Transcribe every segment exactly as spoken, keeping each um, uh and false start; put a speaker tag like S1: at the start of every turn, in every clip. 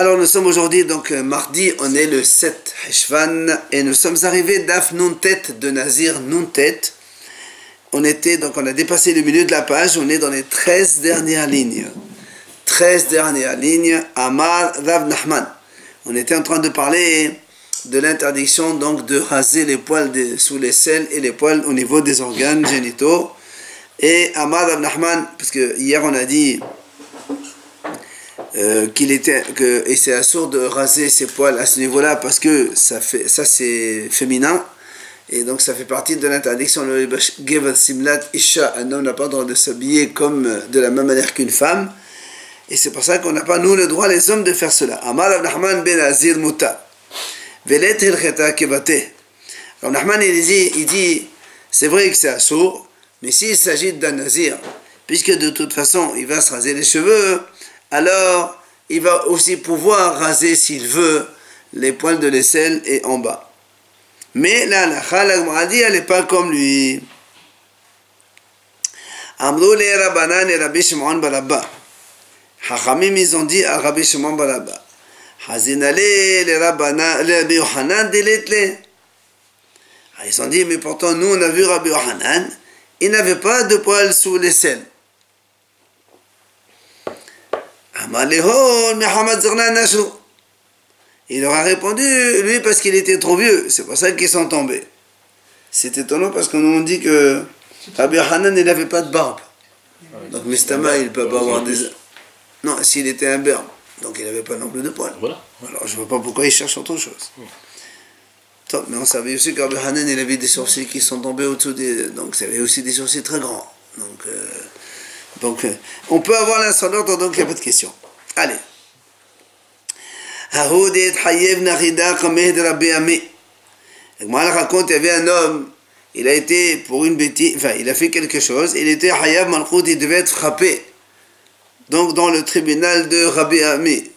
S1: Alors nous sommes aujourd'hui donc mardi, on est le sept Heshvan et nous sommes arrivés d'Af Nuntet de Nazir Nuntet. On était donc on a dépassé le milieu de la page, on est dans les treize dernières lignes. treize dernières lignes, Amar Rav Nachman. On était en train de parler de l'interdiction donc de raser les poils de, sous les selles et les poils au niveau des organes génitaux. Et Amar Rav Nachman, parce que hier on a dit Euh, qu'il était que et c'est assourd de raser ses poils à ce niveau-là parce que ça fait ça c'est féminin et donc ça fait partie de l'interdiction. Le Gevat Simlat Isha, un homme n'a pas le droit de s'habiller comme de la même manière qu'une femme, et c'est pour ça qu'on n'a pas nous le droit les hommes de faire cela. Amar Rav Nachman ben Azir Muta Velet Hilcheta Kevate. Rav Nachman il dit il dit c'est vrai que c'est assourd, mais s'il s'agit d'un nazir, puisque de toute façon il va se raser les cheveux, alors il va aussi pouvoir raser s'il veut les poils de l'aisselle et en bas. Mais là, la Gemara dit, elle n'est pas comme lui. Amrou le Rabbanan et Rabbi Shimon bar Abba. Chachamim, ils ont dit à Rabbi Shimon bar Abba, Hazinale le Rabbanan, le Rabbi Yohanan déletle. Ils ont dit, mais pourtant nous on a vu Rabbi Yohanan, il n'avait pas de poils sous l'aisselle. Il leur a répondu, lui, parce qu'il était trop vieux. C'est pour ça qu'ils sont tombés. C'est étonnant parce qu'on nous dit que Rabbi Hanan, il n'avait pas de barbe. Donc Mistama, il ne peut pas avoir des... Non, s'il était un berbe, donc il n'avait pas non plus de poils. Alors je ne vois pas pourquoi il cherche autre chose. Top, mais on savait aussi que Rabbi Hanan, il avait des sourcils qui sont tombés au-dessous des... Donc il avait aussi des sourcils très grands. Donc... Euh... Donc, on peut avoir l'un sans l'autre, donc il n'y a pas de question. Allez. Haoudet Hayev Narida Kameh de Rabbi Ami. Moi, raconte, il y avait un homme, il a été pour une bêtise, enfin, il a fait quelque chose, il était Hayav Malchout, il devait être frappé. Donc, dans le tribunal de Rabbi Ami.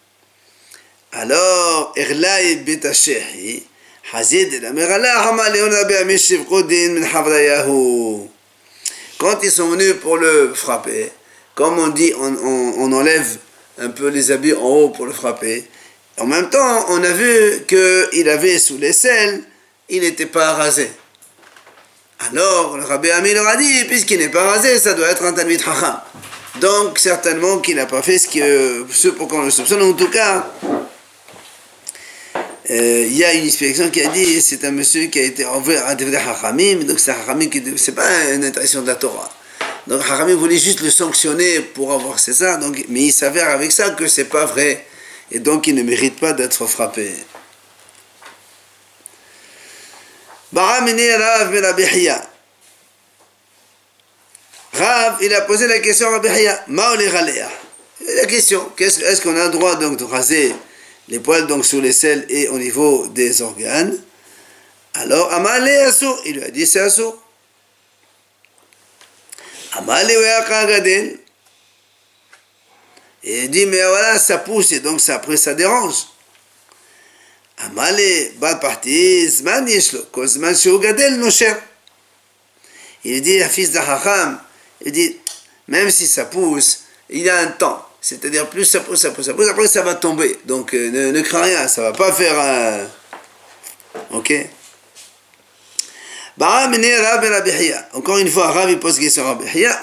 S1: Alors, Erlaï Betashehi, Hazid la Merala Hamaleon Rabbi Ami Shivkodin Min Havrayahu. Quand ils sont venus pour le frapper, comme on dit, on, on, on enlève un peu les habits en haut pour le frapper. En même temps, on a vu qu'il avait sous l'aisselle, il n'était pas rasé. Alors, le Rabbi Ami leur a dit, puisqu'il n'est pas rasé, ça doit être un Talmid Chacham. Donc, certainement qu'il n'a pas fait ce, que, ce pour qu'on le soupçonne. En tout cas, il euh, y a une explication qui a dit c'est un monsieur qui a été envoyé à des Hachamim, donc c'est un Hachamim qui c'est pas une interdiction de la Torah. Donc Hachamim voulait juste le sanctionner pour avoir c'est ça, donc mais il s'avère avec ça que c'est pas vrai et donc il ne mérite pas d'être frappé. Baramini Rav ben Rabbi Hiya. Rav, il a posé la question à Rabbi Hiya, Maoli Ralea. La question, est-ce, est-ce qu'on a le droit donc de raser les poils donc sous les selles et au niveau des organes? Alors, Amalé Assour, il lui a dit c'est Assour. Amalé Weakagadel. Et il dit, mais voilà, ça pousse et donc ça, après ça dérange. Amalé, bas parti, Zman Yeshlo, Kozman Shougadel Nosher. Il dit, un fils d'Achacham, il dit, même si ça pousse, il y a un temps. C'est-à-dire, plus ça pousse, ça pousse, ça pousse, après ça va tomber. Donc, euh, ne, ne crains rien, ça ne va pas faire un... Ok. Encore une fois, Rav, il pose question à Rabbi Hiya.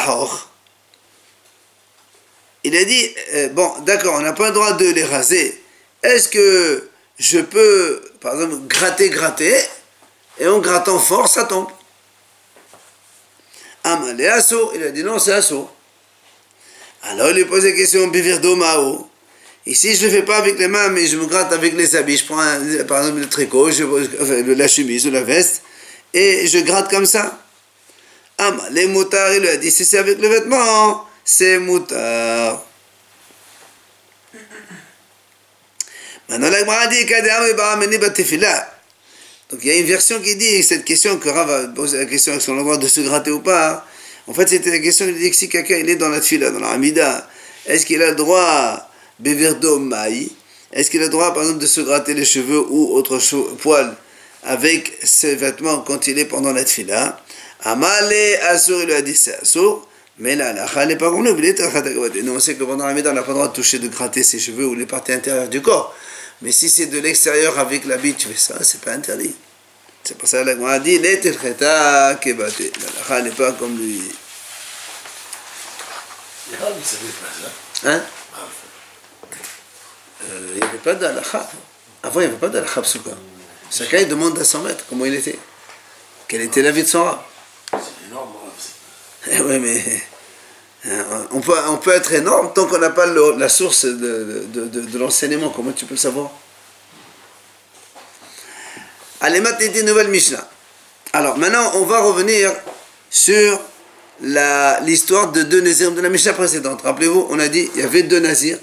S1: Il a dit, euh, bon, d'accord, on n'a pas le droit de les raser. Est-ce que je peux, par exemple, gratter, gratter, et en grattant fort, ça tombe? Amalé Assour, il a dit non, c'est Assour. Alors il lui pose la question, Bivirdo Mao. Ici, je ne le fais pas avec les mains, mais je me gratte avec les habits. Je prends un, par exemple le tricot, je, enfin, la chemise ou la veste, et je gratte comme ça. Ah, les moutards, il lui a dit, si c'est avec le vêtement, c'est moutard. Maintenant, la Gemara dit, donc il y a une version qui dit, cette question que Rav a posé la question, est-ce qu'on a le droit de se gratter ou pas? En fait, c'était la question, il dit que si quelqu'un il est dans la tfila, dans la Hamida, est-ce qu'il a le droit, beverdo maï, est-ce qu'il a le droit, par exemple, de se gratter les cheveux ou autre chose, poil, avec ses vêtements quand il est pendant la tfila? Amalé Assour, il lui a dit c'est Assour, Mais là, la n'est pas comme nous. Nous, on sait que pendant la Méda, on n'a pas le droit de toucher, de gratter ses cheveux ou les parties intérieures du corps. Mais si c'est de l'extérieur avec l'habit, tu fais ça, c'est pas interdit. C'est pour ça que la a dit, la n'est pas comme lui. Hein? Euh, il n'y avait pas d'alakha. Avant, il n'y avait pas d'alakha psuka. Chacun il demande à son maître comment il était. Quelle était la vie de son rab.
S2: C'est énorme.
S1: Eh oui, mais on peut, on peut être énorme tant qu'on n'a pas le, la source de, de, de, de l'enseignement. Comment tu peux le savoir? Allez, maintenant, une nouvelle Mishnah. Alors, maintenant, on va revenir sur la, l'histoire de deux nazirs de la Mishnah précédente. Rappelez-vous, on a dit, il y avait deux nazirs.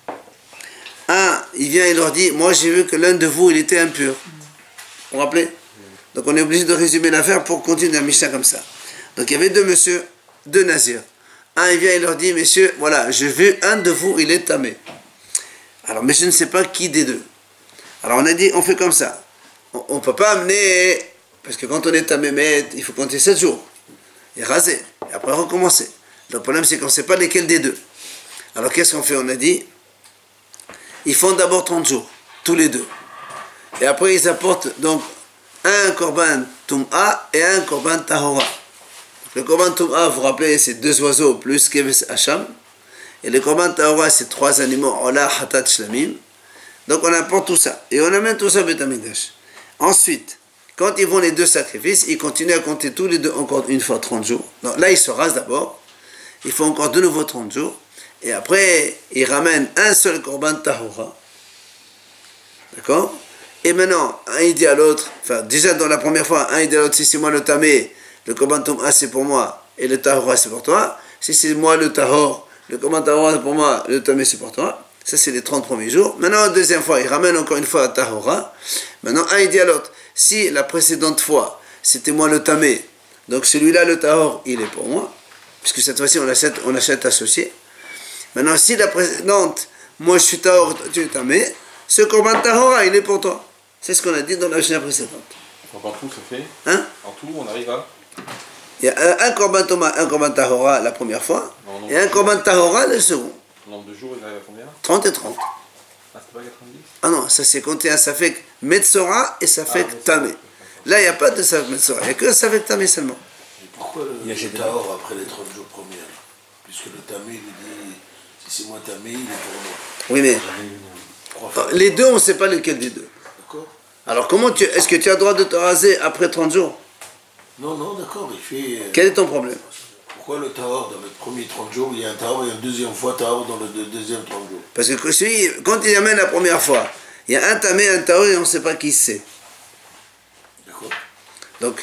S1: Un, il vient et leur dit, moi j'ai vu que l'un de vous, il était impur. Vous vous rappelez? Donc, on est obligé de résumer l'affaire pour continuer la Mishnah comme ça. Donc il y avait deux messieurs, deux nazirs. Un, il vient et leur dit, messieurs, voilà, j'ai vu un de vous, il est tamé. Alors, mais je ne sais pas qui des deux. Alors on a dit, on fait comme ça. On ne peut pas amener, parce que quand on est tamé, il faut compter sept jours. Et raser, et après recommencer. Le problème, c'est qu'on ne sait pas lesquels des deux. Alors qu'est-ce qu'on fait? On a dit, ils font d'abord trente jours, tous les deux. Et après, ils apportent donc un korban tum'a et un korban tahora. Le korban tum'a, vous vous rappelez, c'est deux oiseaux plus keves hacham. Et le korban tahora, c'est trois animaux, ola, hatat, shlamim. Donc on apporte tout ça. Et on amène tout ça au Beth Amikdash. Ensuite, quand ils vont les deux sacrifices, ils continuent à compter tous les deux encore une fois trente jours. Donc là, ils se rasent d'abord. Ils font encore de nouveau trente jours. Et après, ils ramènent un seul korban tahora. D'accord? Et maintenant, un il dit à l'autre, enfin déjà dans la première fois, un il dit à l'autre, si c'est moi le tamé, le korban tum'a c'est pour moi, et le tahora c'est pour toi. Si c'est moi le tahor, le korban tahora c'est pour moi, le tamé c'est pour toi. Ça c'est les trente premiers jours. Maintenant, la deuxième fois, il ramène encore une fois à tahora. Maintenant, un il dit à l'autre, si la précédente fois, c'était moi le tamé, donc celui-là le tahor, il est pour moi, puisque cette fois-ci on achète, on achète associé. Maintenant, si la précédente, moi je suis tahor, tu es tamé, ce korban tahora, il est pour toi. C'est ce qu'on a dit dans la Mishnah précédente.
S3: Donc en tout, ça fait
S1: Hein?
S3: En tout, on arrive à
S1: Il y a un, un korban toma, un korban tahora la première fois,
S3: non, non,
S1: et un korban tahora le second.
S3: Le nombre de jours, il arrive à combien?
S1: trente et trente.
S3: Ah, c'était pas quatre-vingt-dix?
S1: Ah non, ça c'est compté un safek metzora et safek
S3: ah,
S1: tamé. Là, il n'y a pas de safek metzora, il n'y a que un safek tamé seulement.
S2: Et pourquoi le, le tahor après les trente jours premiers? Puisque le tamé, il dit, si c'est moi tamé, il est pour moi.
S1: Oui, mais les deux, on ne sait pas lequel des deux.
S2: D'accord.
S1: Alors, comment tu, est-ce que tu as le droit de te raser après trente jours?
S2: Non, non, d'accord, il fait...
S1: Quel est ton problème?
S2: Pourquoi le tahor, dans le premier trente jours, il y a un tahor, et une deuxième fois tahor dans le deuxième trente jours?
S1: Parce que celui, quand il amène la première fois, il y a un tamé, un tahor, et on ne sait pas qui c'est.
S2: D'accord.
S1: Donc,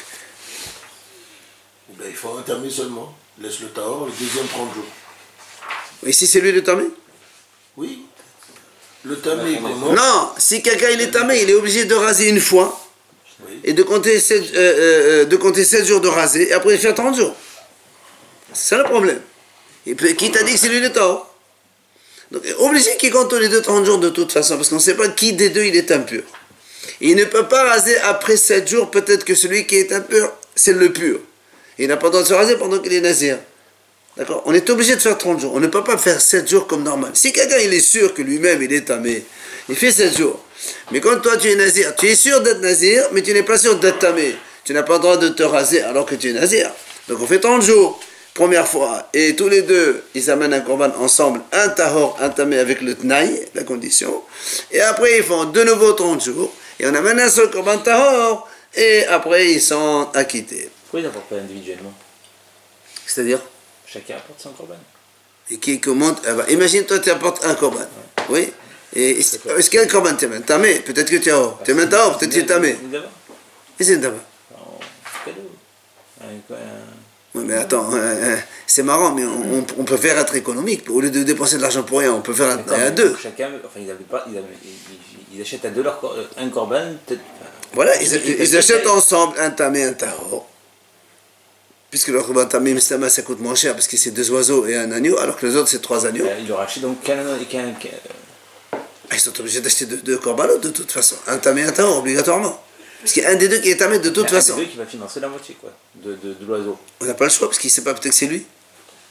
S2: ben, il faut un tamé seulement. Laisse le tahor, le deuxième trente jours.
S1: et si c'est lui le tamé?
S2: Oui. Le tamé commence...
S1: Non, si quelqu'un il est tamé, il est obligé de raser une fois,
S2: oui.
S1: et de compter sept, euh, euh, de compter sept jours de raser, et après il fait trente jours. C'est ça le problème. Et puis, qui t'a dit que c'est lui le tahor? Donc, obligé qu'il compte les deux trente jours de toute façon, parce qu'on ne sait pas qui des deux il est impur. Et il ne peut pas raser après sept jours, peut-être que celui qui est impur, c'est le pur. Et il n'a pas le droit de se raser pendant qu'il est nazir. D'accord? On est obligé de faire trente jours. On ne peut pas faire sept jours comme normal. Si quelqu'un il est sûr que lui-même il est tamé, il fait sept jours. Mais quand toi tu es nazir, tu es sûr d'être nazir, mais tu n'es pas sûr d'être tamé. Tu n'as pas le droit de te raser alors que tu es nazir. Donc on fait trente jours. Première fois, et tous les deux, ils amènent un korban ensemble, un tahor, un tamé avec le tnaï, la condition, et après ils font de nouveau trente jours, et on amène un seul korban tahor, et après ils sont acquittés.
S4: Pourquoi ils n'apportent pas individuellement?
S1: C'est-à-dire?
S4: Chacun apporte son korban.
S1: Et qui commente, ah bah, imagine toi tu apportes un korban, ouais. Oui, et est-ce qu'il y a un korban tamé? Peut-être que tu as or, tu as un tahor, peut-être que tu es tamé. Et c'est d'abord.
S4: C'est cadeau. Un, un...
S1: Oui, mais attends, euh, c'est marrant, mais on, on peut faire être économique. Au lieu de dépenser de l'argent pour rien, on peut faire un, à deux.
S4: Chacun, enfin, ils, pas, ils, ils, ils achètent à deux leur, un korban.
S1: Voilà, ils, ils, ils achètent ensemble un tamé et un tahor. Puisque le korban tamé et ça coûte moins cher, parce que c'est deux oiseaux et un agneau, alors que les autres c'est trois agneaux.
S4: Ils leur achètent donc qu'un. qu'un, qu'un...
S1: Ah, ils sont obligés d'acheter deux, deux korbanos de toute façon. Un tamé et un tahor, obligatoirement. Parce qu'il y a un des deux qui est tamé de toute façon.
S4: Un des deux qui va financer la moitié, quoi, de, de, de l'oiseau.
S1: On n'a pas le choix, parce qu'il ne sait pas peut-être que c'est lui.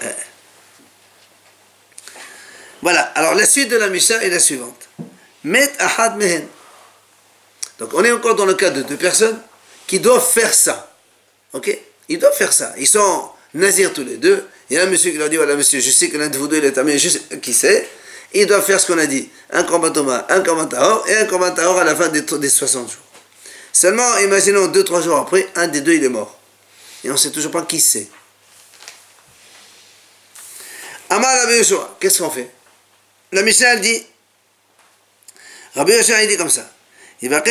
S1: Voilà, alors la suite de la Mishnah est la suivante. Met ahad mehen. Donc on est encore dans le cas de deux personnes qui doivent faire ça. Ok? Ils doivent faire ça. Ils sont nazirs tous les deux. Il y a un monsieur qui leur dit, voilà monsieur, je sais que l'un de vous deux il est tamé, je sais qui c'est. Ils doivent faire ce qu'on a dit. Un korban toma, un korban tahor et un korban tahor à la fin des, des soixante jours. Seulement, imaginons deux trois jours après, un des deux il est mort. Et on ne sait toujours pas qui c'est. Amar Rabbi Yoshua, qu'est-ce qu'on fait? La Mishnah elle dit, Rabbi Yoshua il dit comme ça. Il va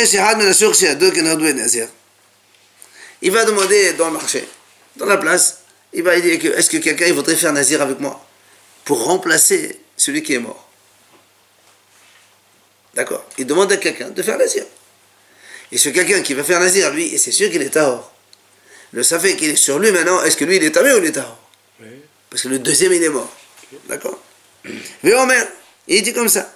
S1: il va demander dans le marché, dans la place, il va dire que est-ce que quelqu'un il voudrait faire nazir avec moi pour remplacer celui qui est mort. D'accord? Il demande à quelqu'un de faire nazir. Et ce quelqu'un qui va faire nazir, lui, c'est sûr qu'il est tahor. Le safek qu'il est sur lui maintenant, est-ce que lui il est tamé ou il est tahor? Oui. Parce que le deuxième il est mort. Okay. D'accord? Mais Omer, il dit comme ça.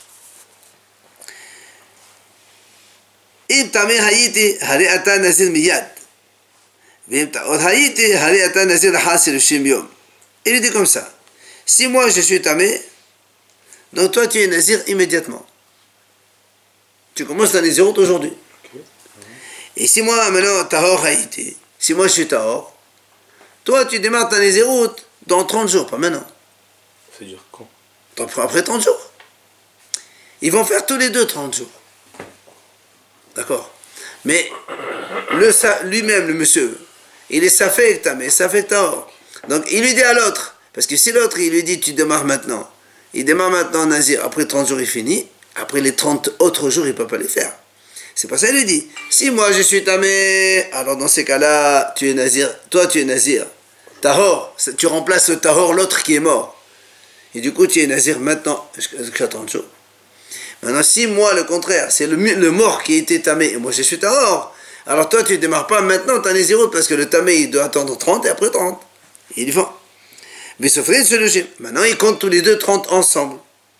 S1: אם תמה הייתי, הרי אתה נזיר מיד. ואם עוד הייתי, הרי אתה נזיר לאחר שלושים יום. Il dit comme ça. Si moi je suis tamé, donc toi tu es nazir immédiatement. Tu commences la naziroute aujourd'hui. Okay. Et si moi maintenant tahor haïti, si moi je suis tahor, toi tu démarres ta naziroute dans trente jours, pas maintenant.
S3: Ça veut dire quand?
S1: Après trente jours. Ils vont faire tous les deux trente jours. D'accord? Mais le, lui-même, le monsieur, il est safek tamé, safek tahor. Donc il lui dit à l'autre, parce que si l'autre il lui dit tu démarres maintenant, il démarre maintenant nazir, après trente jours il finit, après les trente autres jours il ne peut pas les faire. C'est pour ça qu'il lui dit, si moi je suis tamé, alors dans ces cas-là, tu es nazir, toi tu es nazir, tahor, tu remplaces le tahor, l'autre qui est mort. Et du coup tu es nazir maintenant, jusqu'à trente jours. Maintenant, si moi, le contraire, c'est le, le mort qui a été tamé, et moi je suis tahor, alors toi tu ne démarres pas maintenant ta naziroute, parce que le tamé il doit attendre trente et après trente. Et ils font. Mais sauf que c'est logique. Maintenant ils comptent tous les deux trente ensemble.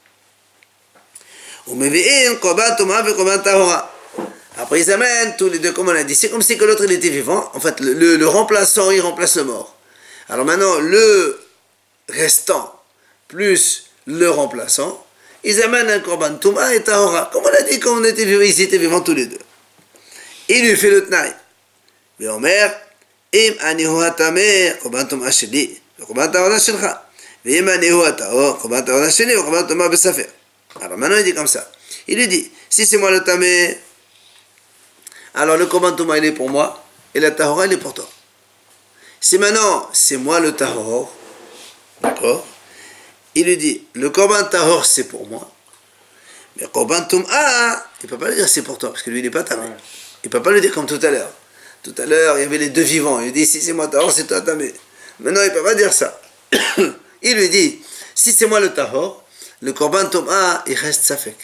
S1: Après ils amènent tous les deux, comme on a dit. C'est comme si que l'autre il était vivant. En fait, le, le, le remplaçant il remplace le mort. Alors maintenant, le restant plus le remplaçant, ils amènent un korban touma et tahora. Comme on a dit, quand on était vivants, ils étaient vivants tous les deux. Il lui fait le tnaï. Mais Omer, im anihu hatame, korban touma sheli, korban tahora shelcha. Im anihu hatao, korban tahora sheli, korban touma besafer. Alors maintenant il dit comme ça. Il lui dit, si c'est moi le tamé, alors le korban touma il est pour moi, et la tahora il est pour toi. Si maintenant c'est moi le tahor, d'accord? Il lui dit, le korban tahor c'est pour moi, mais korban touma, il ne peut pas lui dire c'est pour toi, parce que lui il n'est pas tamé. Il ne peut pas lui dire comme tout à l'heure. Tout à l'heure, il y avait les deux vivants. Il lui dit, si c'est moi tahor, c'est toi tamé. Maintenant, il ne peut pas dire ça. Il lui dit, si c'est moi le tahor, le korban touma, il reste safek.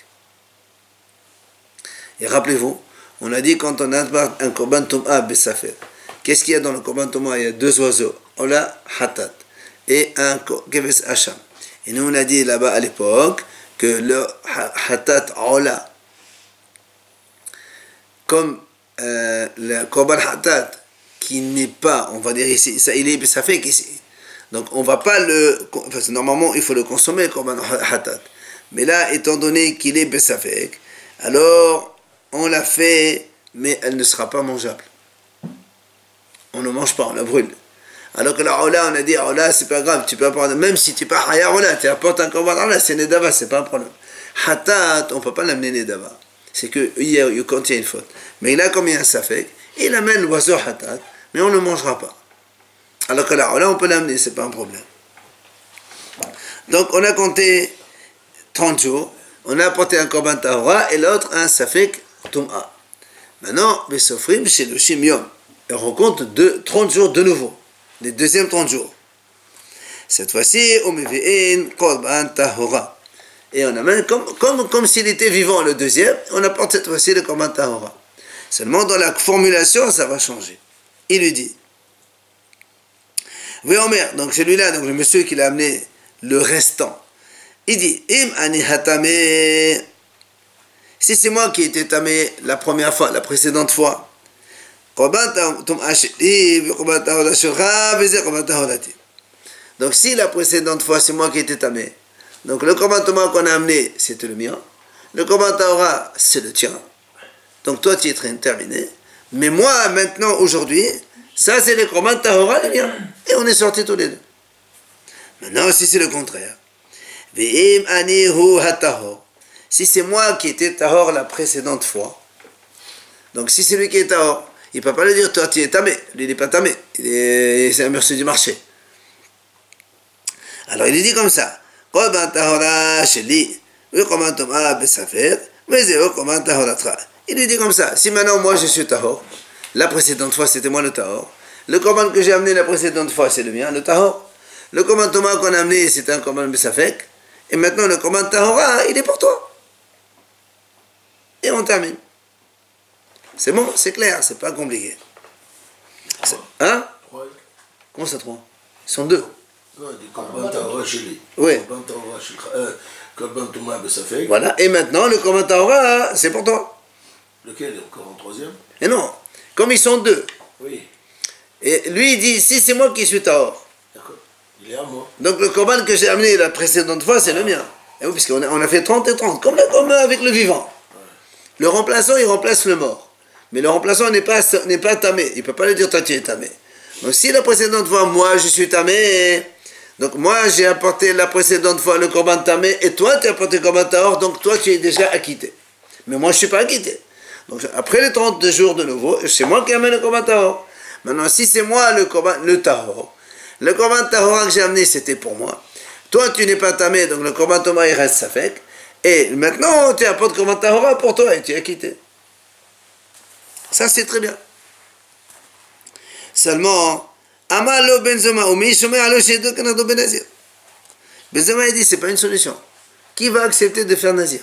S1: Et rappelez-vous, on a dit quand on a un korban touma, besafek. Qu'est-ce qu'il y a dans le korban touma? Il y a deux oiseaux, Ola, Hatat, et un keves hacham. Et nous, on a dit là-bas à l'époque que le Hatat Ola, comme euh, le Korban Hatat, qui n'est pas, on va dire ici, ça, il est Bessafek ici. Donc on ne va pas le. Parce que normalement, il faut le consommer, le Korban Hatat. Mais là, étant donné qu'il est Bessafek, alors on l'a fait, mais elle ne sera pas mangeable. On ne mange pas, on la brûle. Alors que la Ola, on a dit, Ola, c'est pas grave, tu peux apporter, même si tu n'es pas Haya Ola, tu apportes un Korban Ola, c'est Nedava, c'est pas un problème. Hatat, on ne peut pas l'amener Nedava. C'est que il contient une faute. Mais là, comme il y a un safek, il amène l'oiseau Hatat, mais on ne le mangera pas. Alors que la Ola, on peut l'amener, c'est pas un problème. Donc, on a compté trente jours, on a apporté un Korban Tahora et l'autre un safek Tum'a. Maintenant, les sofrim chez le Shimion, on rencontre trente jours de nouveau. Les deuxièmes trente jours. Cette fois-ci, on met Korban Tahora. Et on amène comme, comme, comme s'il était vivant le deuxième, on apporte cette fois-ci le Korban Tahora. Seulement dans la formulation, ça va changer. Il lui dit, oui, Omer, donc celui-là, donc le monsieur qui l'a amené le restant, il dit, Im ani hatame, si c'est moi qui ai été tamé la première fois, la précédente fois, Donc si la précédente fois c'est moi qui étais tamé, donc le commandement qu'on a amené c'était le mien, le Korban Tahora c'est le tien, donc toi tu es terminé, mais moi maintenant aujourd'hui, ça c'est le Korban Tahora le mien, et on est sortis tous les deux. Maintenant si c'est le contraire, Ve'im ani hu hatahor, si c'est moi qui étais tahor la précédente fois, donc si c'est lui qui est tahor, il ne peut pas lui dire toi tu es tamé, lui il n'est pas tamé, il est, c'est un monsieur du marché. Alors il lui dit comme ça, Korban Tahora sheli, Korban Toma besafek, Vezeo Korban Tahoratra. Il lui dit comme ça, si maintenant moi je suis tahor, la précédente fois c'était moi le tahor, le Korban que j'ai amené la précédente fois c'est le mien, le tahor, le Korban Toma qu'on a amené c'est un Korban besafek, et maintenant le Korban Tahora il est pour toi. Et on termine. C'est bon, c'est clair, c'est pas compliqué. C'est, hein? Comment ça trois? Ils sont deux.
S2: Non, il dit Korban Tahora sheli.
S1: Oui.
S2: Korban Tahora sheli. Korban Toma besafek.
S1: Voilà, et maintenant le Korban Tahora, c'est pour toi.
S2: Lequel est encore en troisième?
S1: Et non, comme ils sont deux.
S2: Oui.
S1: Et lui il dit, si c'est moi qui suis Tahor.
S2: D'accord. Il est à moi.
S1: Donc le Korban que j'ai amené la précédente fois, c'est le mien. Et oui, puisqu'on a, on a fait trente et trente, comme, comme avec le vivant. Le remplaçant, il remplace le mort. Mais le remplaçant n'est pas, n'est pas tamé. Il ne peut pas lui dire, toi tu es tamé. Donc si la précédente fois, moi je suis tamé, donc moi j'ai apporté la précédente fois le Korban tamé, et toi tu as apporté le Korban tahor, donc toi tu es déjà acquitté. Mais moi je ne suis pas acquitté. Donc après les trente jours de nouveau, c'est moi qui amène le Korban tahor. Maintenant si c'est moi le Korban, le tahor, le Korban tahor que j'ai amené c'était pour moi. Toi tu n'es pas tamé, donc le Korban Toma il reste safek. Et maintenant tu apportes le Korban tahora pour toi et tu es acquitté. Ça c'est très bien. Seulement, Amalo Benzoma, ou Mishomé Alo Shedo Kanado Benazir. Benzoma il dit c'est pas une solution. Qui va accepter de faire Nazir?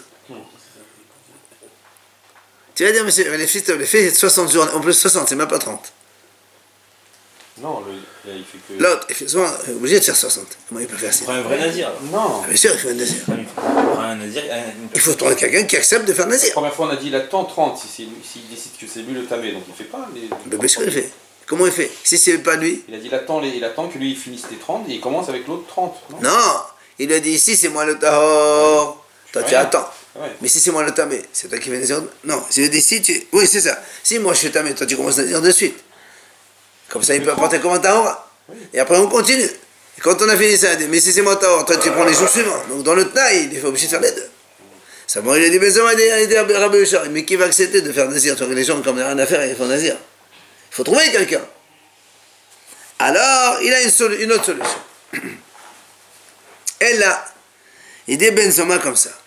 S1: Tu vas dire, monsieur, les fils, les fait soixante jours, en plus soixante, c'est même pas trente.
S3: Non, le, là, il fait que.
S1: L'autre, il fait souvent obligé de faire soixante. Comment il peut faire ça?
S4: Il prend un vrai nazir. alors.
S3: Non.
S1: Ah, bien sûr, il faut un Nazir.
S4: Il prend un nazir. un-
S1: Il faut trouver quelqu'un qui accepte de faire
S3: La
S1: Nazir.
S3: première fois, on a dit il attend trente si c'est lui- s'il décide que c'est lui le tamé, donc il fait pas les.
S1: Ben, bien sûr, il fait. Comment il fait? Si c'est pas lui?
S3: Il a dit il attend, les, il attend que lui il finisse les trente et il commence avec l'autre trente. Non,
S1: Non, il a dit ici c'est moi le tahor, toi tu
S3: rien.
S1: attends.
S3: Ouais.
S1: Mais si c'est moi le tamé, c'est toi qui fais Nazir? Non, je dis si tu. Oui, c'est ça. Si moi je suis tamé, toi tu commences à dire de suite. Comme ça il peut apporter comme un tahor.
S3: Oui.
S1: Et après on continue. Et quand on a fini ça, il dit, mais si c'est moi tahor, toi tu prends les jours suivants. Donc dans le taille, il est obligé de faire les deux. Ça bon, il a dit, mais ça m'a dit Rabbi Yeshua, mais qui va accepter de faire Nazir? Les gens, comme ils n'ont rien à faire, ils font Nazir. Il faut trouver quelqu'un. Alors, il a une, solu- une autre solution. Et là, il dit Benzoma comme ça.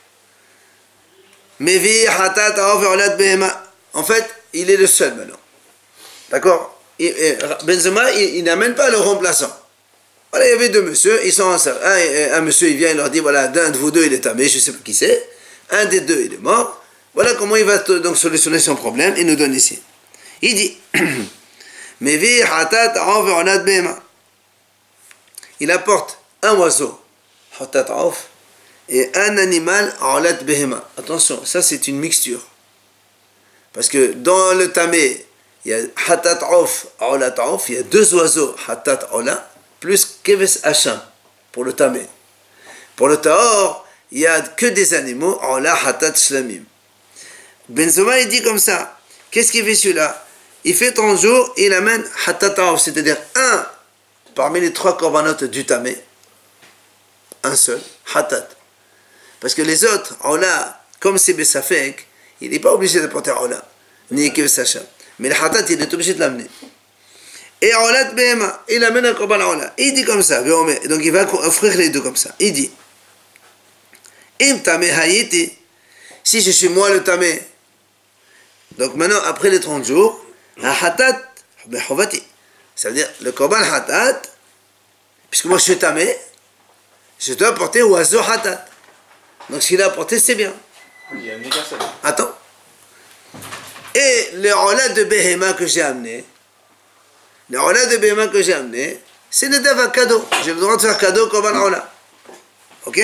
S1: Mevi hatat aof olad behema. En fait, il est le seul maintenant. D'accord? Il- et Benzoma, il, il n'amène pas le remplaçant. Voilà, il y avait deux messieurs, ils sont ensemble. Un, un monsieur, il vient, il leur dit, voilà, d'un de vous deux, il est tamé, je ne sais pas qui c'est. Un des deux, il est mort. Voilà comment il va donc solutionner son problème. Il nous donne ici. Il dit, Mevi hatat aof olad behema. Il apporte un oiseau, hatat aof, et un animal olad behema. Attention, ça c'est une mixture. Parce que dans le tamé, il y a hatat aof, olad aof, il y a deux oiseaux, hatat ola, plus keves hacham, pour le tamé. Pour le tahor, il n'y a que des animaux, ola hatat shlamim. Benzoma, il dit comme ça. Qu'est-ce qu'il fait celui-là? Il fait trente jours, il amène hatat aof, c'est-à-dire un parmi les trois corbanotes du tamé, un seul, hatat. Parce que les autres, ola, comme c'est besafek, il n'est pas obligé d'apporter ola, ni keves hacham. Mais le hatat, il est obligé de l'amener. Et Olat Behema, il amène un korban Ola. Il dit comme ça, donc il va offrir les deux comme ça. Il dit, Im Tamé Hayiti, si je suis moi le Tamé, donc maintenant, après les trente jours, un Hatat, Behovati. Ça veut dire, le korban Hatat, puisque moi je suis Tamé, je dois apporter oiseau Hatat. Donc ce qu'il a apporté, c'est bien.
S3: Il y a un méga seul.
S1: Attends. Et le Ola de Behema que j'ai amené, le Ola de Behema que j'ai amené, c'est le Dava cadeau. J'ai le droit de faire cadeau comme un Ola. Ok?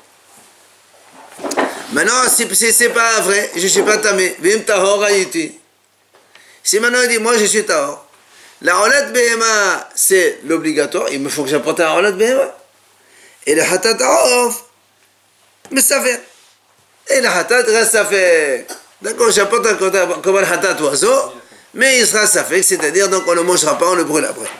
S1: Maintenant, si c'est pas vrai, je ne suis pas tamé. Vim tahor hayiti. Si maintenant il dit, moi je suis tahor, La olat behema, c'est l'obligatoire, il me faut que j'apporte un olat behema. Et le hatat aof, mais ça fait. Et le hatat reste ça fait. D'accord, j'apporte un comme un hatat oiseau, mais il sera ça fait, c'est-à-dire donc on ne le mangera pas, on le brûle après.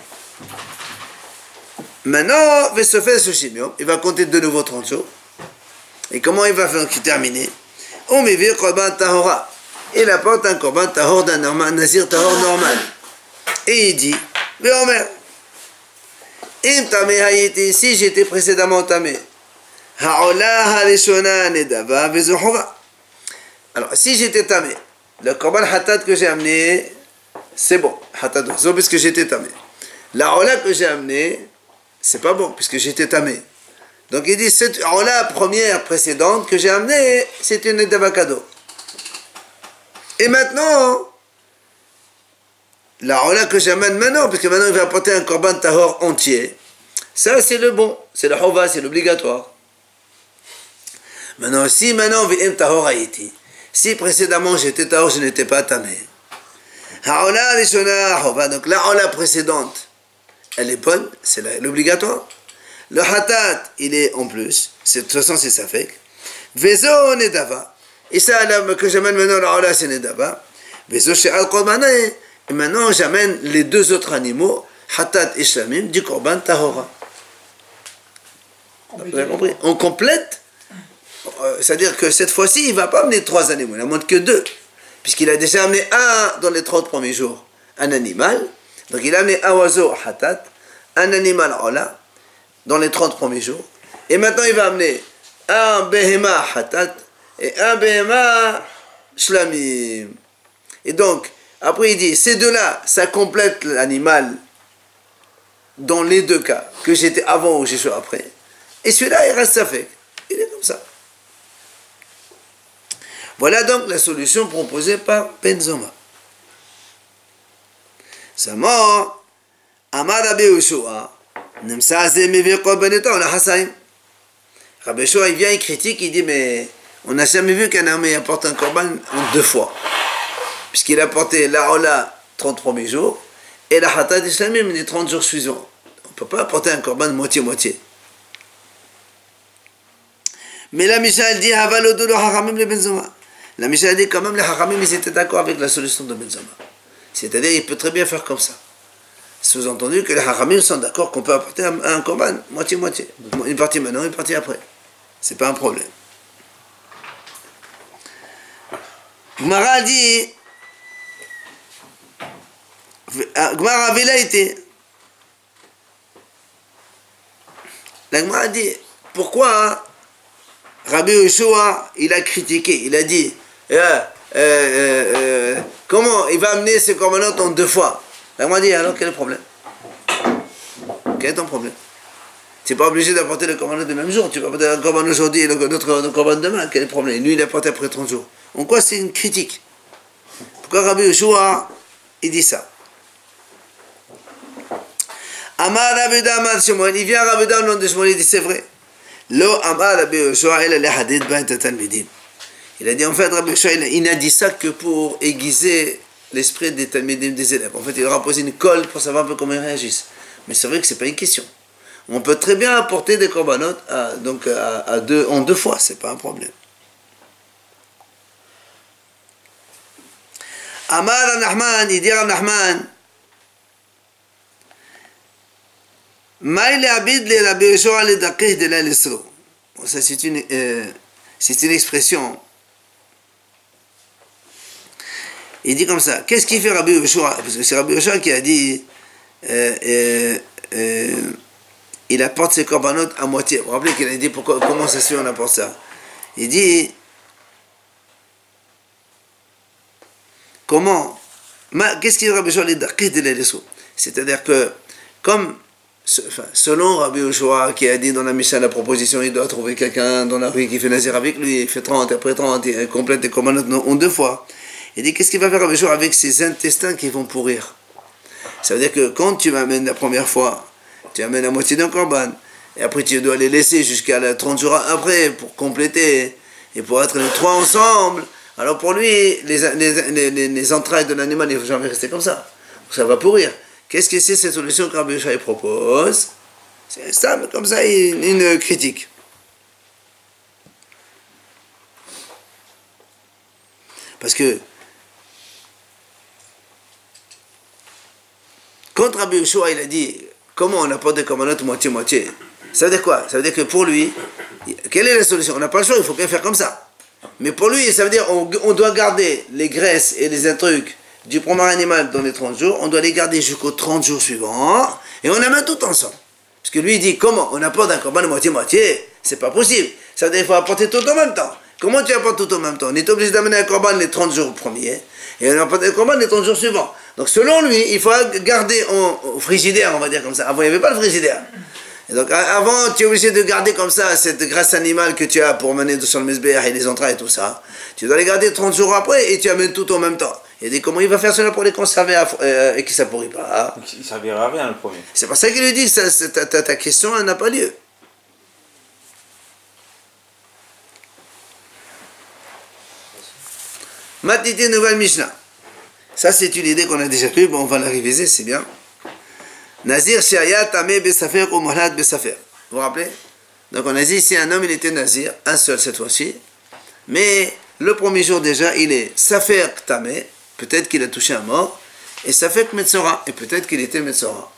S1: Maintenant, il se fait ce chimium, il va compter de nouveau trente jours. Et comment il va faire terminer? On me vire korban tahora. Il apporte un korban tahor d'un normal, nazir tahor normal. Et il dit, mais Omer, im tamé hayiti, si j'étais précédemment tamé, ha'olah ha'rishona nedava vezuhora. Alors, si j'étais tamé, le korban hatat que j'ai amené, c'est bon, hatat d'oiseau, puisque j'étais tamé. La olah que j'ai amené, c'est pas bon, puisque j'étais tamé. Donc il dit, cette olah première précédente que j'ai amenée, c'est une nedava cadeau. Et maintenant, la olah que j'amène maintenant, parce que maintenant il va apporter un korban tahor entier, ça c'est le bon, c'est le hova, c'est l'obligatoire. Maintenant, si maintenant v'im tahor haïti, si précédemment j'étais tahor, je n'étais pas tamé. Ha'olah rishona hova, donc la olah précédente, elle est bonne, c'est l'obligatoire. Le hatat, il est en plus, de toute façon c'est ça fait. Vezo nedava, et ça là, que j'amène maintenant la olah c'est nedava. Vezo she'al korbaneh. Et maintenant, j'amène les deux autres animaux, hatat et shlamim, du korban tahora. Vous avez compris? On complète, euh, c'est-à-dire que cette fois-ci, il ne va pas amener trois animaux, il n'en montre que deux, puisqu'il a déjà amené un dans les trente premiers jours, un animal. Donc il a amené un oiseau hatat, un animal ola, dans les trente premiers jours. Et maintenant, il va amener un behema hatat et un behema shlamim. Et donc, après, il dit, ces deux-là, ça complète l'animal dans les deux cas, que j'étais avant ou je suis après. Et celui-là, il reste ça fait. Il est comme ça. Voilà donc la solution proposée par Benzoma. C'est mort. Amar Rabbi Yoshua, Nemsaze mevir korbaneta, on a Hassaim. Rabbi Yoshua, il vient, il critique, il dit, mais on n'a jamais vu qu'un homme apporte un korban en deux fois. Puisqu'il a porté la olah trente premiers jours et la hatat islamim les trente jours suivants. On ne peut pas apporter un korban de moitié-moitié. Mais la Mishnah dit Havalodolo Haramim le Benzoma. La Mishnah dit quand même les Haramim ils étaient d'accord avec la solution de Benzoma. C'est-à-dire il peut très bien faire comme ça. Sous-entendu que les Haramim sont d'accord qu'on peut apporter un, un korban moitié-moitié. Une partie maintenant, une partie après. C'est pas un problème. Gmara dit Gmara Velaïté. La Gmara dit pourquoi Rabbi Yoshua il a critiqué, il a dit euh, euh, euh, comment il va amener ses corbanotes en deux fois. La Gmara dit alors quel est le problème? Quel est ton problème? Tu n'es pas obligé d'apporter le korban le même jour, tu peux apporter un korban aujourd'hui et l'autre korban demain, quel est le problème? Lui il a apporté après trente jours. En quoi c'est une critique? Pourquoi Rabbi Yoshua il dit ça? Amar Rabbi Amar Shimon, il vient Rabbi au nom de Shimon, il dit c'est vrai. Lo Amar Rabbi Yoshua il a hadid ba'at talmidim. Il a dit en fait Rabbi Yoshua il n'a dit ça que pour aiguiser l'esprit des talmidim des élèves. En fait il leur a posé une colle pour savoir un peu comment ils réagissent. Mais c'est vrai que c'est pas une question. On peut très bien apporter des korbanot à, donc à, à deux, en deux fois, c'est pas un problème. Amar Nahman, il dit à Nahman, ça c'est une, euh, c'est une expression. Il dit comme ça. Qu'est-ce qu'il fait Rabbi Yoshua? Parce que c'est Rabbi Yoshua qui a dit euh, euh, euh, il apporte ses corbanotes à moitié. Vous vous rappelez qu'il a dit pourquoi, comment ça se fait on apporte ça? Il dit comment? Qu'est-ce qu'il dit Rabbi Yoshua? C'est-à-dire que comme enfin, selon Rabbi Yoshua qui a dit dans la Mishnah la proposition, il doit trouver quelqu'un dans la rue qui fait nazir avec lui, il fait trente, après trente, il complète les corbanotes en deux fois. Il dit qu'est-ce qu'il va faire Rabbi Yoshua avec ses intestins qui vont pourrir? Ça veut dire que quand tu m'amènes la première fois, tu amènes la moitié d'un korban, et après tu dois les laisser jusqu'à trente jours après pour compléter, et pour être les trois ensemble. Alors pour lui, les, les, les, les entrailles de l'animal, il ne faut jamais rester comme ça, ça va pourrir. Qu'est-ce que c'est cette solution que Rabbi Yoshua propose? C'est ça, comme ça, une, une critique. Parce que quand Rabbi Yoshua il a dit comment on apporte des commandements moitié-moitié, ça veut dire quoi? Ça veut dire que pour lui, quelle est la solution? On n'a pas le choix, il faut bien faire comme ça. Mais pour lui, ça veut dire on, on doit garder les graisses et les trucs du premier animal dans les trente jours, on doit les garder jusqu'aux trente jours suivants, et on amène tout ensemble. Parce que lui il dit comment on apporte un corban de moitié-moitié, c'est pas possible. Ça veut dire qu'il faut apporter tout en même temps. Comment tu apportes tout en même temps? On est obligé d'amener un corban les trente jours premiers, et on apporte un corban les trente jours suivants. Donc selon lui, il faut garder au frigidaire, on va dire comme ça. Avant il n'y avait pas le frigidaire. Et donc avant, tu es obligé de garder comme ça cette graisse animale que tu as pour mener sur le mesbéach et les entrailles et tout ça. Tu dois les garder trente jours après et tu amènes tout en même temps. Il dit comment il va faire cela pour les conserver à, euh, et que ça ne pourrit pas.
S4: Donc, il ne servira à rien le premier.
S1: C'est pour ça qu'il lui dit que ça, ta, ta, ta question n'a pas lieu. Matiti nouvelle Mishnah. Ça c'est une idée qu'on a déjà vue, bon, on va la réviser, c'est bien. Nazir Shaya Tameh Besafer ou Mohlad Besafer. Vous vous rappelez? Donc on a dit ici un homme il était Nazir, un seul cette fois-ci, mais le premier jour déjà il est Safer Tameh, peut-être qu'il a touché un mort, et Safer Metzora, et peut-être qu'il était Metzora.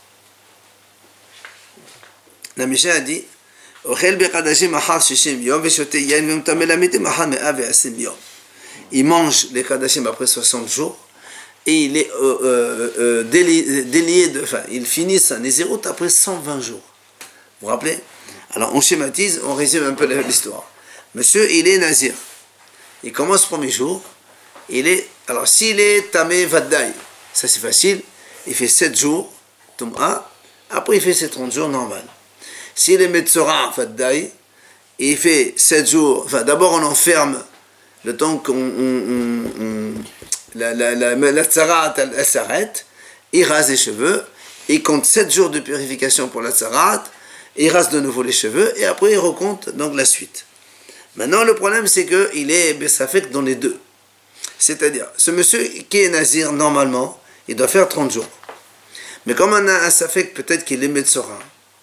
S1: La Mishnah a dit Ochel Bekadashim Ahar Shishim Yom Veshote Yain Vem Tameh Lamite Mahar Me'av Ve'asim Yom. Il mange les Kadashim après soixante jours, et il est euh, euh, euh, délié, délié de, enfin, il finit sa Nézirut après cent vingt jours. Vous vous rappelez? Alors on schématise, on résume un peu l'histoire. Monsieur, il est Nazir. Il commence le premier jour. Il est, alors s'il est Tameh Vaddaï, ça c'est facile. Il fait sept jours, Tum'a. Après il fait ses trente jours normal. S'il est Metzora Vaddaï, il fait sept jours. Enfin, d'abord on enferme le temps qu'on on, on, on, la, la, la, la tzarat, elle, elle s'arrête, il rase les cheveux, il compte sept jours de purification pour la tzarat, il rase de nouveau les cheveux, et après il recompte donc la suite. Maintenant le problème c'est qu'il est Bessafek dans les deux. C'est-à-dire, ce monsieur qui est nazir normalement, il doit faire trente jours. Mais comme on a un Safek, peut-être qu'il est Metzora.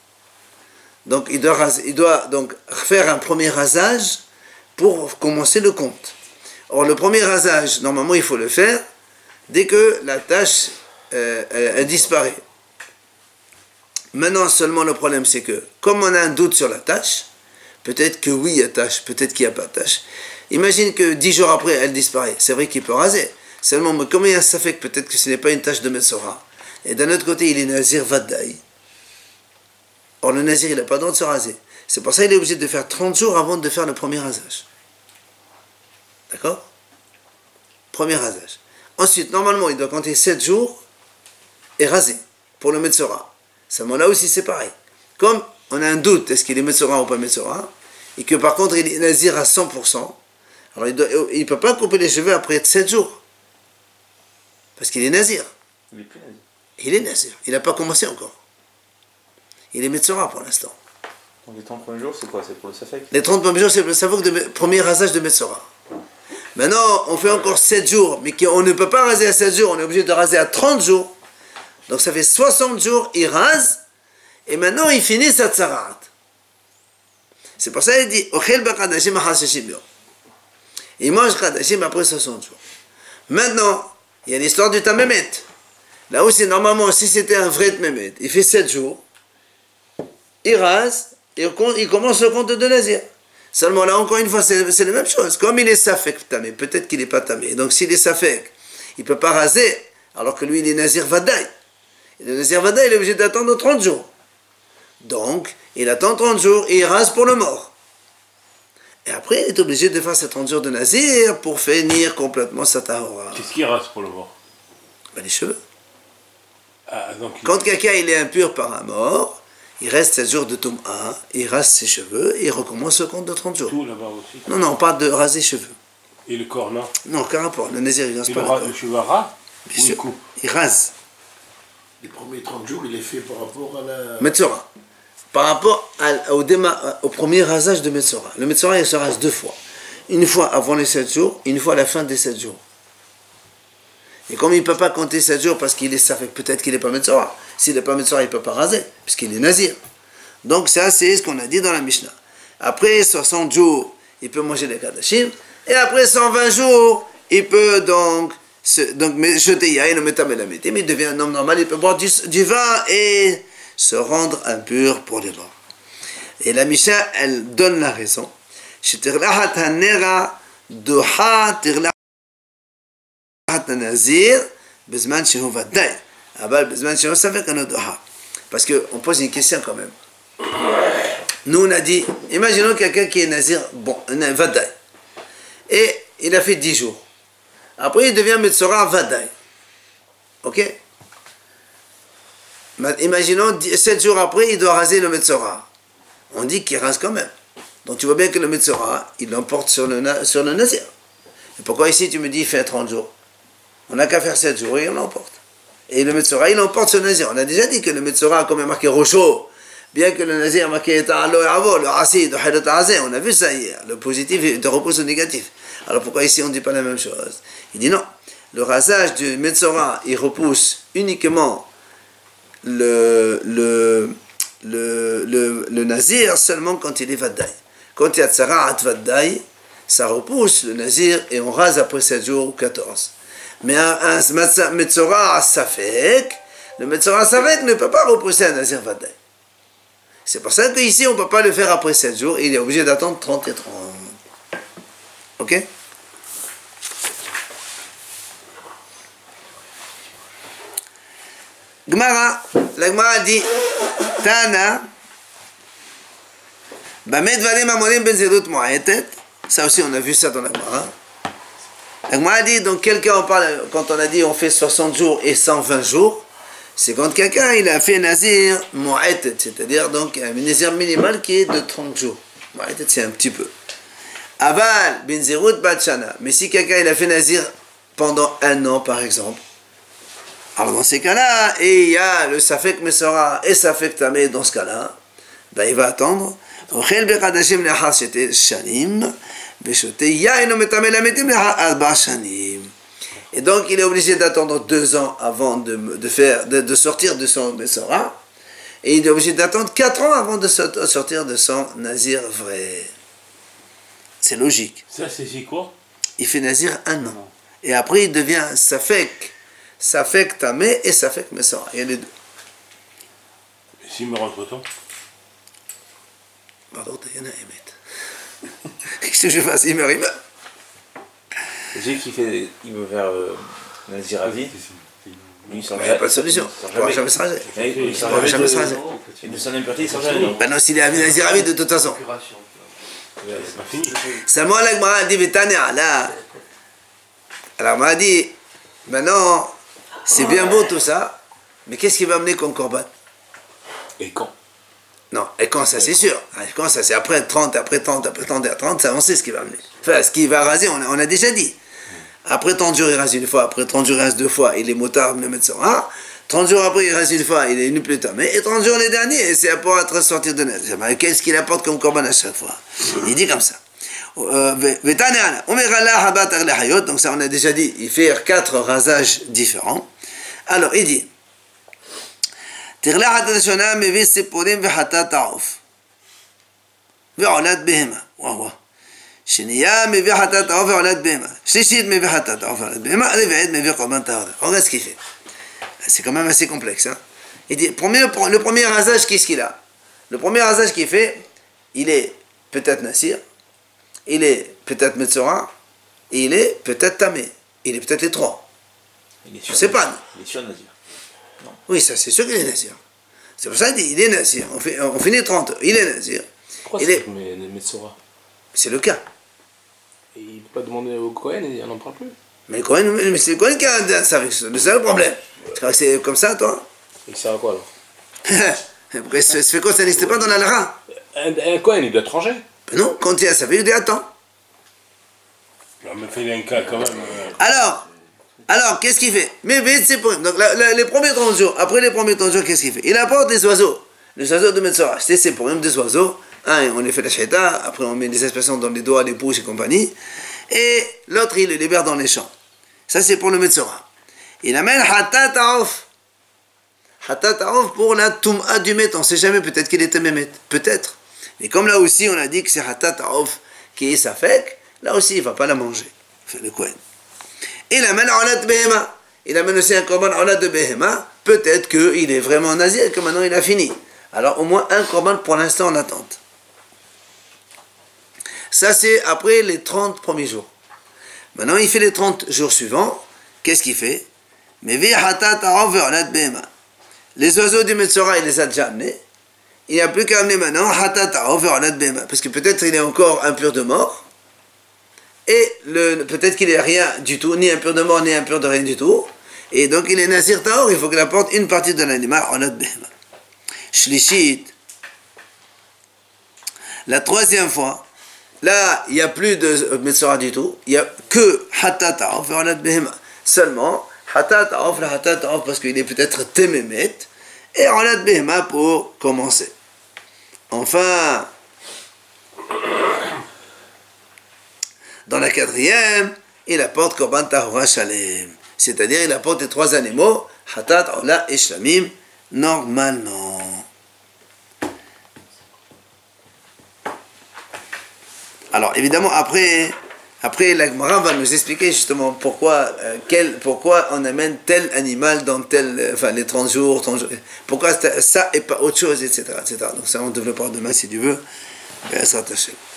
S1: Donc il doit, raser, il doit donc faire un premier rasage pour commencer le compte. Or, le premier rasage, normalement, il faut le faire dès que la tâche euh, elle, elle disparaît. Maintenant, seulement le problème, c'est que, comme on a un doute sur la tâche, peut-être que oui, il y a tâche, peut-être qu'il n'y a pas de tâche. Imagine que dix jours après, elle disparaît. C'est vrai qu'il peut raser. Seulement, mais comme il y a un safek, peut-être que ce n'est pas une tâche de Metzora. Et d'un autre côté, il est nazir vaddaï. Or, le nazir, il n'a pas le droit de se raser. C'est pour ça qu'il est obligé de faire trente jours avant de faire le premier rasage. D'accord? Premier rasage. Ensuite, normalement, il doit compter sept jours et raser pour le Metzora. Seulement là aussi, c'est pareil. Comme on a un doute, est-ce qu'il est Metzora ou pas Metzora, et que par contre, il est nazir à cent pour cent, alors il ne peut pas couper les cheveux après sept jours. Parce qu'il est nazir.
S4: Il est plus nazir.
S1: Il est nazir. Il n'a pas commencé encore. Il est Metzora pour l'instant.
S4: Donc les trente premiers jours, c'est quoi? C'est pour le Safek?
S1: Les trente premiers jours, c'est le Safek de premier rasage de Metzora. Maintenant, on fait encore sept jours, mais on ne peut pas raser à sept jours, on est obligé de raser à trente jours. Donc ça fait soixante jours, il rase, et maintenant il finit sa tzarat. C'est pour ça qu'il dit Ochel Bakadashim Ahasashim Yom. Il mange Kadashim après soixante jours. Maintenant, il y a l'histoire du Tamémet. Là aussi, normalement, si c'était un vrai Tamémet, il fait sept jours, il rase, et il commence le compte de Nazir. Seulement là, encore une fois, c'est, c'est la même chose. Comme il est Safek Tamé, peut-être qu'il n'est pas Tamé. Donc s'il est Safek, il ne peut pas raser, alors que lui, il est Nazir Vadaï. Et le Nazir Vadaï, il est obligé d'attendre trente jours. Donc, il attend trente jours et il rase pour le mort. Et après, il est obligé de faire ces trente jours de Nazir pour finir complètement sa tahora.
S2: Qu'est-ce qu'il rase pour le mort?
S1: Ben, les cheveux.
S2: Ah, donc il...
S1: Quand quelqu'un il est impur par un mort, il reste sept jours de Tum'a, il rase ses cheveux et il recommence le compte de trente jours.
S2: Tout là-bas aussi.
S1: Non, non, on parle de raser cheveux.
S2: Et le corps, non?
S1: Non, aucun rapport. Le Nazir, il rase
S2: Et
S1: pas
S2: le,
S1: le
S2: ra-
S1: corps.
S2: le cheveu ras?
S1: Bien
S2: Ou
S1: sûr.
S2: il coupe?
S1: Il rase.
S2: Les premiers trente jours, il est fait par rapport à la...
S1: Metzora. Par rapport à- au, déma- au premier rasage de Metzora. Le Metzora, il se rase deux fois. Une fois avant les sept jours, une fois à la fin des sept jours. Et comme il ne peut pas compter sept jours parce qu'il est safek, peut-être qu'il n'est pas Metzora. S'il n'est pas Metzora, il ne peut pas raser, puisqu'il est nazir. Donc ça, c'est ce qu'on a dit dans la Mishnah. Après soixante jours, il peut manger les kadashim. Et après cent vingt jours, il peut donc, se, donc jeter yaïn, le métamélamité. Mais il devient un homme normal, il peut boire du, du vin et se rendre impur pour les morts. Et la Mishnah, elle donne la raison. Shetirlahat hanera doha tirlahat nazir bezman shehu vadai. Abal bezman shehu savek ano doha. Parce qu'on pose une question quand même. Nous on a dit, imaginons quelqu'un qui est nazir, bon, vadai. Et il a fait dix jours. Après il devient Metzora vadai. Ok? Imaginons sept jours après, il doit raser le Metzora. On dit qu'il rase quand même. Donc tu vois bien que le Metzora, il l'emporte sur le, sur le nazir. Et pourquoi ici tu me dis il fait trente jours? On n'a qu'à faire sept jours et on l'emporte. Et le Metzora, il l'emporte sur le nazir. On a déjà dit que le Metzora a quand même marqué Rocho. Bien que le nazir a marqué Ta'alo et Avo, le Rassi, le Hayat Azé. On a vu ça hier. Le positif te repose au négatif. Alors pourquoi ici on ne dit pas la même chose? Il dit non. Le rasage du Metzora, il repousse uniquement le, le, le, le, le nazir seulement quand il est vadai. Quand il y a tsara'at vadai, ça repousse le nazir et on rase après sept jours ou quatorze. Mais un, un Metzora safek, le Metzora safek ne peut pas repousser un nazir vadai. C'est pour ça qu'ici on ne peut pas le faire après sept jours, il est obligé d'attendre trente et trente. Ok? Gemara, la Gemara dit Tana Bamed Valim Amorim Ben Zerut Moaetet. Ça aussi on a vu ça dans la Gemara. La Gemara dit donc quelqu'un on parle quand on a dit on fait soixante jours et cent vingt jours, c'est quand quelqu'un il a fait Nazir Moaetet, c'est-à-dire donc un Nazir minimal qui est de trente jours. Moaetet c'est un petit peu. Aval Ben Zerut Batshana. Mais si quelqu'un il a fait Nazir pendant un an par exemple. Alors dans ces cas-là, et il y a le Safek Mesora et Safek Tamé dans ce cas-là, ben il va attendre. Et donc il est obligé d'attendre deux ans avant de, de, faire, de, de sortir de son Mesora, et il est obligé d'attendre quatre ans avant de sortir de son Nazir vrai. C'est logique.
S2: Ça c'est quoi?
S1: Il fait Nazir un an. Et après il devient Safek. Safek Tamé et Safek Mesora. Il y a les deux.
S2: Et s'il meurt entre temps?
S1: Pardon, il y en a Emet. Qu'est-ce que je fasse? Il meurt, il meurt.
S4: J'ai qui fait, il veut faire euh, Nazir à vie.
S1: Il n'y a pas de solution. Il ne pourra jamais se raser. Il ne pourra jamais se raser.
S4: Et de son impureté, il s'en jamais.
S1: Ben non, s'il est Nazir à vie, de toute façon.
S2: C'est pas fini.
S1: Seulement, la Gemara dit Betania, là. Alors, on m'a dit, maintenant, c'est bien beau tout ça, mais qu'est-ce qui va amener comme corban?
S2: Et quand?
S1: Non, et quand ça c'est sûr. Et quand ça c'est après trente, après trente, après trente, après trente, ça on sait ce qui va amener. Enfin, ce qui va raser, on a, on a déjà dit. Après trente jours, il rase une fois, après trente jours, il rase deux fois, il est motard, le médecin. Hein? trente jours après, il rase une fois, il est une plus tard. Mais et trente jours les derniers, c'est pour être sorti de net. Qu'est-ce qu'il apporte comme corban à chaque fois? Il dit comme ça. Donc ça on a déjà dit, il fait quatre rasages différents. Alors il dit תרלחת הראשונה מביא סיפורים וחטאת העוף ועולת בהמה. וואו וואו. שנייה מביא חטאת העוף ועולת בהמה. שלישית מביא חטאת העוף ועולת בהמה. רביעית מביא קורבן טהרה. Regarde ce qu'il fait. C'est quand même assez complexe. Hein? Il dit, premier, le premier rasage, qu'est-ce qu'il a? Le premier rasage qu'il fait, il est peut-être Nassir, il est peut-être Metzora, et il est peut-être Tamé. Il est peut-être les trois. Je ne sais pas.
S4: Il est sûr Nazir.
S1: Non. Oui, ça c'est sûr qu'il est Nazir. C'est pour ça qu'il dit, il est Nazir. On, fait, on finit trente, il est Nazir.
S5: Pourquoi
S1: il
S5: c'est
S1: est...
S5: mais, Metzora?
S1: C'est le cas.
S5: Et il ne peut pas demander au Cohen et on n'en parle plus.
S1: Mais le Cohen, mais c'est le Cohen qui a ça avec ça. C'est le problème. C'est comme ça, toi?
S5: Et ça sert à quoi alors?
S1: Pourquoi ça se fait quoi? Ça n'existe pas dans la Lara?
S5: Un, un Cohen, il doit être rangé.
S1: Non, quand il y a ça fait, il dit attends.
S2: Non, mais fais un cas quand même. Euh...
S1: Alors, alors qu'est-ce qu'il fait? Mais vite, c'est pour. Donc, la, la, les premiers trente jours, après les premiers trente jours, qu'est-ce qu'il fait? Il apporte des oiseaux. Les oiseaux de Metzora. C'est pour même des oiseaux. Un, on les fait la shaita, après on met des expressions dans les doigts, les bouches et compagnie. Et l'autre, il les libère dans les champs. Ça, c'est pour le Metzora. il amène Hatat Aof. Hatat Aof pour la Tum'a du Met. On ne sait jamais, peut-être qu'il était Mémet. Peut-être. Mais comme là aussi, on a dit que c'est Hatat Aof qui est Safek, là aussi, il ne va pas la manger. Enfin, le Kohen. Il amène Olat Behema. Il amène aussi un korban Olat de Behema. Peut-être qu'il est vraiment nazir et que maintenant il a fini. Alors, au moins un korban pour l'instant en attente. Ça, c'est après les trente premiers jours. Maintenant, il fait les trente jours suivants. Qu'est-ce qu'il fait? Les oiseaux du Metzora, il les a déjà amenés. Il n'y a plus qu'à amener maintenant parce que peut-être il est encore impur de mort. Et le, peut-être qu'il n'est rien du tout, ni impur de mort, ni impur de rien du tout. Et donc il est Nazir Tahor, il faut qu'il apporte une partie de l'animal en Olat Behema. Shlishit. La troisième fois, là, il n'y a plus de Metzora du tout. Il n'y a que Hatat Ta'of et Olat Behema. Seulement, Hatat Ta'of, la Hatat Ta'of parce qu'il est peut-être Tememet. Et Olat Behema pour commencer. Enfin, dans la quatrième, il apporte Korban Tahora Shalem. C'est-à-dire, il apporte les trois animaux, Hatat, Ola et Shlamim, normalement. Alors, évidemment, après, après la Gemara va nous expliquer justement pourquoi, euh, quel, pourquoi on amène tel animal dans tel, enfin, les trente jours, trente jours, pourquoi ça et pas autre chose, et cetera, et cetera. Donc ça, on développera demain, si Dieu veut. Et à s'attacher.